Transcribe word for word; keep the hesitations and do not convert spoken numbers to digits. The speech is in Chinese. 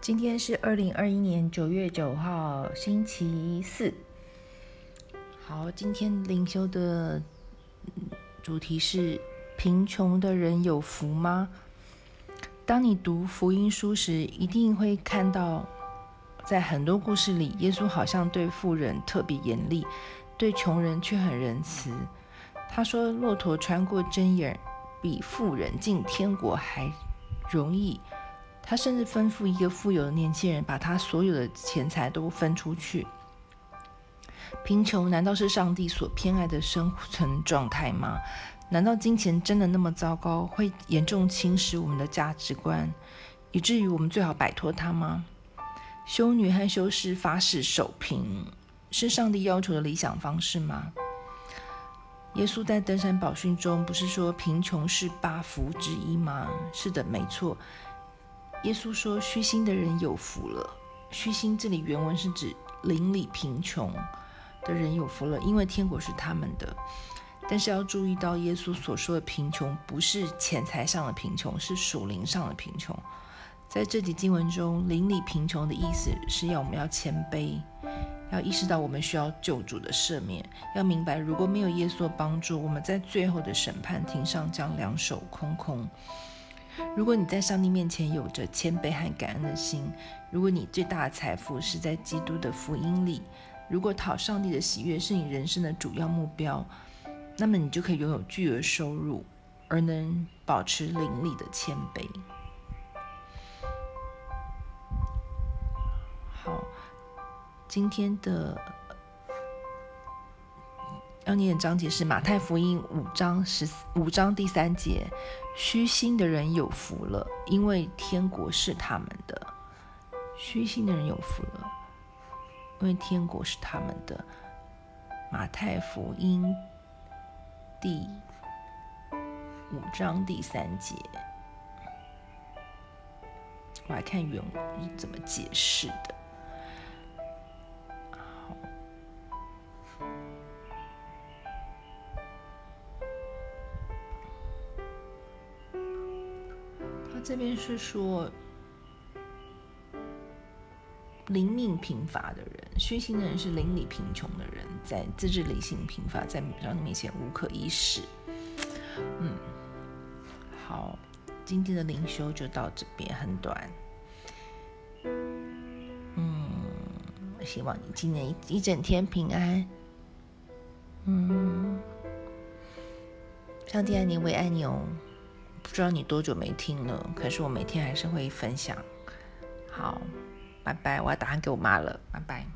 今天是二零二一年九月九号，星期四。好，今天灵修的主题是贫穷的人有福吗？当你读福音书时，一定会看到在很多故事里，耶稣好像对富人特别严厉，对穷人却很仁慈。他说骆驼穿过针眼比富人进天国还容易。他甚至吩咐一个富有的年轻人把他所有的钱财都分出去。贫穷难道是上帝所偏爱的生存状态吗？难道金钱真的那么糟糕，会严重侵蚀我们的价值观，以至于我们最好摆脱它吗？修女和修士发誓守贫，是上帝要求的理想方式吗？耶稣在登山宝训中不是说贫穷是八福之一吗？是的，没错。耶稣说虚心的人有福了。虚心这里原文是指邻里贫穷的人有福了，因为天国是他们的。但是要注意到，耶稣所说的贫穷不是钱财上的贫穷，是属灵上的贫穷。在这节经文中，邻里贫穷的意思是要我们要谦卑，要意识到我们需要救主的赦免，要明白如果没有耶稣的帮助，我们在最后的审判庭上将两手空空。如果你在上帝面前有着谦卑和感恩的心，如果你最大的财富是在基督的福音里，如果讨上帝的喜悦是你人生的主要目标，那么你就可以拥有巨额收入，而能保持灵里的谦卑。好，今天的要念的章节是马太福音五章十五章第三节，虚心的人有福了，因为天国是他们的。虚心的人有福了，因为天国是他们的。马太福音第五章第三节，我来看原文是怎么解释的。这边是说灵命贫乏的人，虚心的人是邻里贫穷的人，在自制理性贫乏，在上帝面前无可一世。嗯，好，今天的灵修就到这边，很短。嗯，希望你今年 一, 一整天平安。嗯，上帝爱你，我也爱你哦。不知道你多久没听了，可是我每天还是会分享。好，拜拜，我要打电话给我妈了，拜拜。